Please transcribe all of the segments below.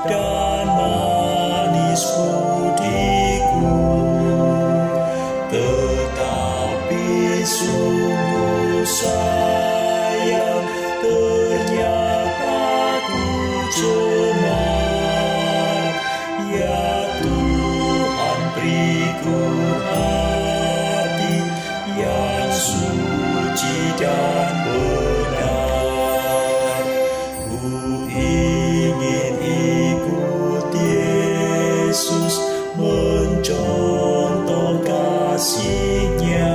dan manis budiku, tetapi sungguh sayang ternyata ku cemar. Ya Tuhan, beriku hati yang suci dan benar. Ku ingin ikut Yesus, mencontoh kasih-Nya,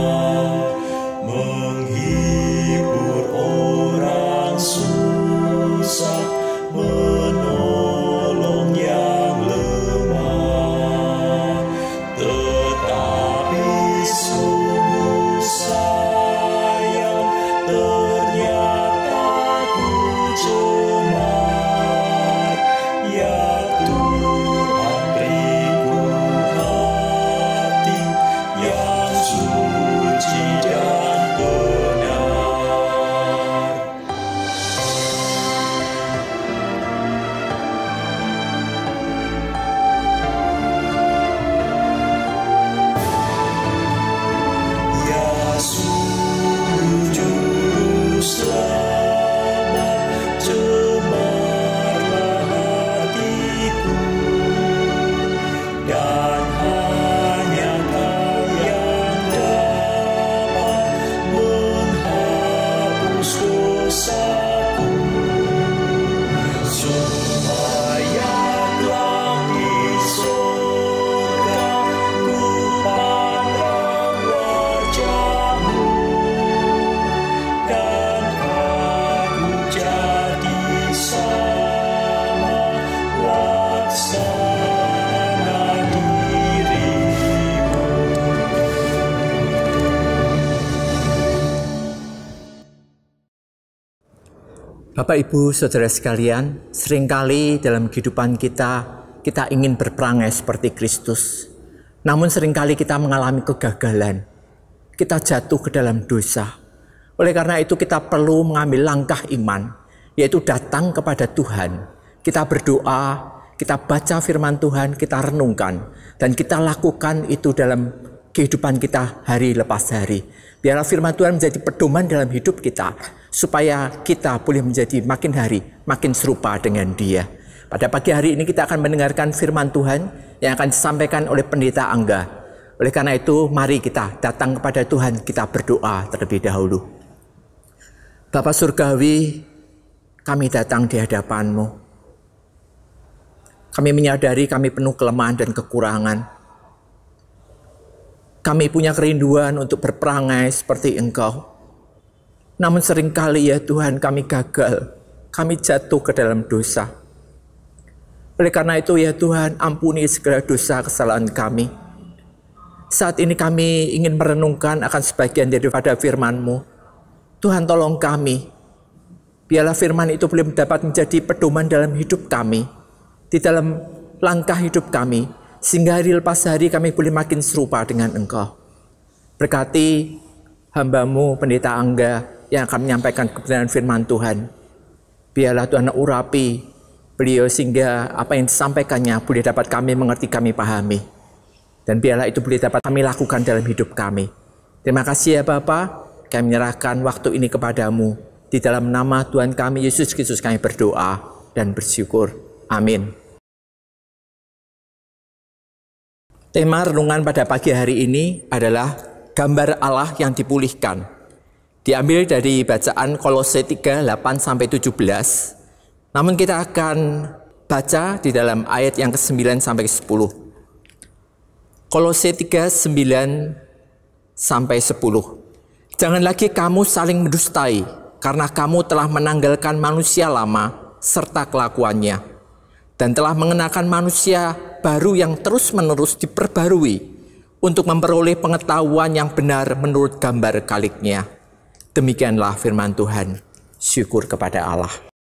menghibur orang susah, menolong yang lemah. Tetapi sungguh sayang ternyata ku cemar. Ya Tuhan, beriku hati yang suci dan benar. Ya sungguh juru selamat, cemarlah hatiku, dan hanya Kau yang dapat menghapus dosaku. Supaya kelak di surga ku pandang wajah-Mu, dan aku jadi sama laksana diri-Mu. Bapak, Ibu, Saudara sekalian, seringkali dalam kehidupan kita ingin berperangai seperti Kristus. Namun seringkali kita mengalami kegagalan. Kita jatuh ke dalam dosa. Oleh karena itu kita perlu mengambil langkah iman, yaitu datang kepada Tuhan. Kita berdoa, kita baca firman Tuhan, kita renungkan, dan kita lakukan itu dalam kehidupan kita hari lepas hari. Biarlah firman Tuhan menjadi pedoman dalam hidup kita, supaya kita boleh menjadi makin hari makin serupa dengan Dia. Pada pagi hari ini kita akan mendengarkan firman Tuhan yang akan disampaikan oleh Pendeta Angga. Oleh karena itu, mari kita datang kepada Tuhan, kita berdoa terlebih dahulu. Bapa Surgawi, kami datang di hadapan-Mu. Kami menyadari kami penuh kelemahan dan kekurangan. Kami punya kerinduan untuk berperangai seperti Engkau. Namun seringkali ya Tuhan, kami gagal. Kami jatuh ke dalam dosa. Oleh karena itu ya Tuhan, ampuni segala dosa kesalahan kami. Saat ini kami ingin merenungkan akan sebagian daripada firman-Mu. Tuhan, tolong kami. Biarlah firman itu boleh dapat menjadi pedoman dalam hidup kami, di dalam langkah hidup kami, sehingga hari lepas hari kami boleh makin serupa dengan Engkau. Berkati hamba-Mu Pendeta Angga yang akan menyampaikan kebenaran firman Tuhan. Biarlah Tuhan urapi beliau sehingga apa yang disampaikannya boleh dapat kami mengerti, kami pahami. Dan biarlah itu boleh dapat kami lakukan dalam hidup kami. Terima kasih ya Bapa, kami menyerahkan waktu ini kepadamu. Di dalam nama Tuhan kami Yesus Kristus kami berdoa dan bersyukur. Amin. Tema renungan pada pagi hari ini adalah gambar Allah yang dipulihkan. Diambil dari bacaan Kolose 3, 8-17. Namun kita akan baca di dalam ayat yang ke-9 sampai 10. Kolose 3, 9 sampai 10. Jangan lagi kamu saling mendustai, karena kamu telah menanggalkan manusia lama serta kelakuannya, dan telah mengenakan manusia baru yang terus-menerus diperbarui untuk memperoleh pengetahuan yang benar menurut gambar kaliknya. Demikianlah firman Tuhan. Syukur kepada Allah.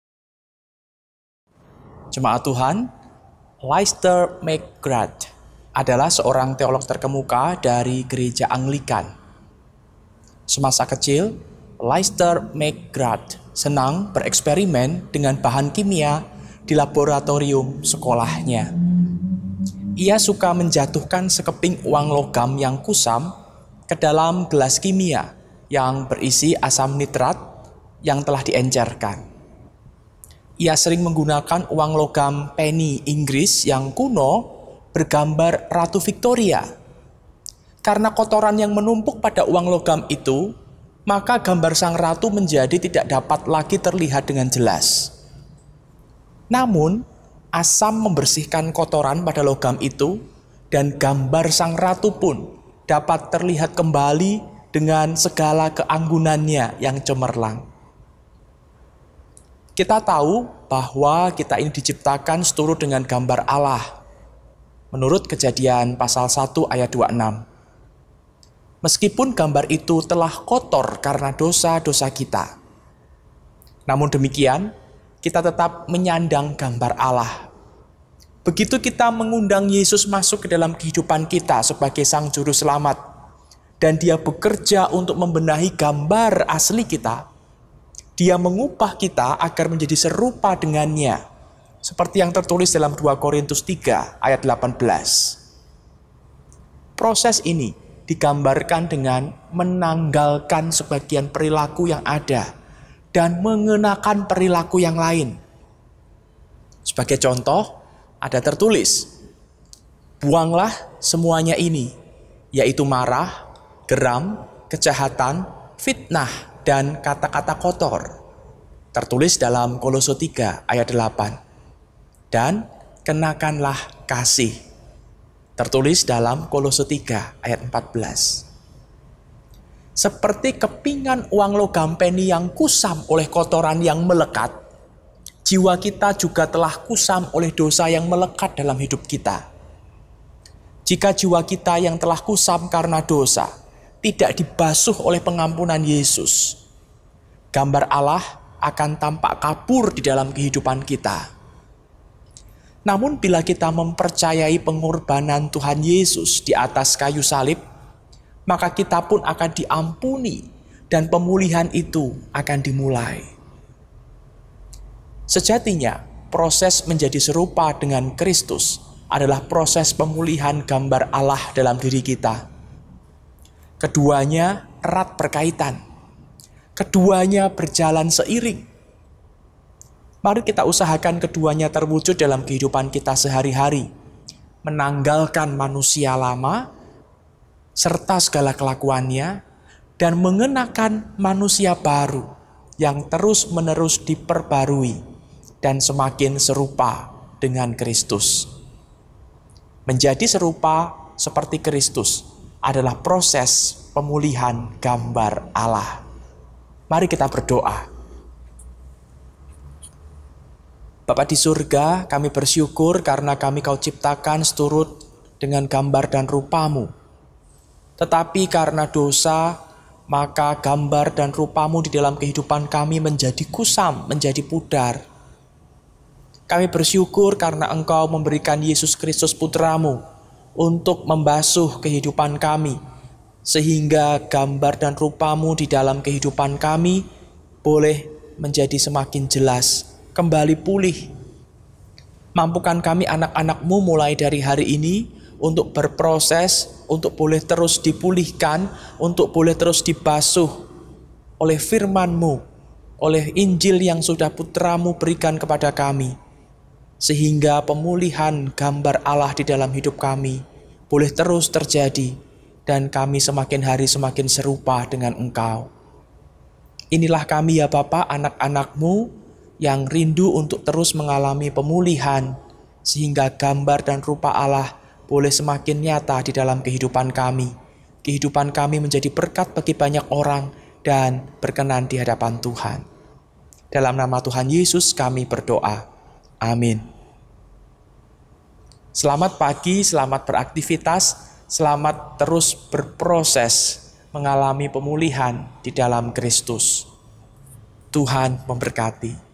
Jemaat Tuhan, Lester McGrath adalah seorang teolog terkemuka dari gereja Anglikan. Semasa kecil, Lester McGrath senang bereksperimen dengan bahan kimia di laboratorium sekolahnya. Ia suka menjatuhkan sekeping uang logam yang kusam ke dalam gelas kimia yang berisi asam nitrat yang telah diencerkan. Ia sering menggunakan uang logam penny Inggris yang kuno bergambar Ratu Victoria. Karena kotoran yang menumpuk pada uang logam itu, maka gambar sang ratu menjadi tidak dapat lagi terlihat dengan jelas. Namun, asam membersihkan kotoran pada logam itu, dan gambar sang ratu pun dapat terlihat kembali dengan segala keanggunannya yang cemerlang. Kita tahu bahwa kita ini diciptakan seturut dengan gambar Allah, menurut Kejadian pasal 1 ayat 26. Meskipun gambar itu telah kotor karena dosa-dosa kita, namun demikian, kita tetap menyandang gambar Allah. Begitu kita mengundang Yesus masuk ke dalam kehidupan kita sebagai Sang Juru Selamat, dan Dia bekerja untuk membenahi gambar asli kita, Dia mengubah kita agar menjadi serupa dengannya, seperti yang tertulis dalam 2 Korintus 3 ayat 18. Proses ini digambarkan dengan menanggalkan sebagian perilaku yang ada dan mengenakan perilaku yang lain. Sebagai contoh, ada tertulis, buanglah semuanya ini, yaitu marah, geram, kejahatan, fitnah, dan kata-kata kotor. Tertulis dalam Kolose 3 ayat 8. Dan kenakanlah kasih. Tertulis dalam Kolose 3 ayat 14. Seperti kepingan uang logam penny yang kusam oleh kotoran yang melekat, jiwa kita juga telah kusam oleh dosa yang melekat dalam hidup kita. Jika jiwa kita yang telah kusam karena dosa tidak dibasuh oleh pengampunan Yesus, gambar Allah akan tampak kabur di dalam kehidupan kita. Namun bila kita mempercayai pengorbanan Tuhan Yesus di atas kayu salib, maka kita pun akan diampuni dan pemulihan itu akan dimulai. Sejatinya, proses menjadi serupa dengan Kristus adalah proses pemulihan gambar Allah dalam diri kita. Keduanya erat berkaitan. Keduanya berjalan seiring. Mari kita usahakan keduanya terwujud dalam kehidupan kita sehari-hari. Menanggalkan manusia lama serta segala kelakuannya, dan mengenakan manusia baru yang terus-menerus diperbarui dan semakin serupa dengan Kristus. Menjadi serupa seperti Kristus adalah proses pemulihan gambar Allah. Mari kita berdoa. Bapa di surga, kami bersyukur karena kami Kau ciptakan seturut dengan gambar dan rupa-Mu. Tetapi karena dosa, maka gambar dan rupa-Mu di dalam kehidupan kami menjadi kusam, menjadi pudar. Kami bersyukur karena Engkau memberikan Yesus Kristus Putra-Mu untuk membasuh kehidupan kami, sehingga gambar dan rupa-Mu di dalam kehidupan kami boleh menjadi semakin jelas, kembali pulih. Mampukan kami anak-anak-Mu mulai dari hari ini untuk berproses, untuk boleh terus dipulihkan, untuk boleh terus dibasuh oleh firman-Mu, oleh Injil yang sudah Putra-Mu berikan kepada kami, sehingga pemulihan gambar Allah di dalam hidup kami boleh terus terjadi, dan kami semakin hari semakin serupa dengan Engkau. Inilah kami ya Bapa, anak-anak-Mu yang rindu untuk terus mengalami pemulihan, sehingga gambar dan rupa Allah boleh semakin nyata di dalam kehidupan kami. Kehidupan kami menjadi berkat bagi banyak orang dan berkenan di hadapan Tuhan. Dalam nama Tuhan Yesus kami berdoa. Amin. Selamat pagi, selamat beraktivitas, selamat terus berproses mengalami pemulihan di dalam Kristus. Tuhan memberkati.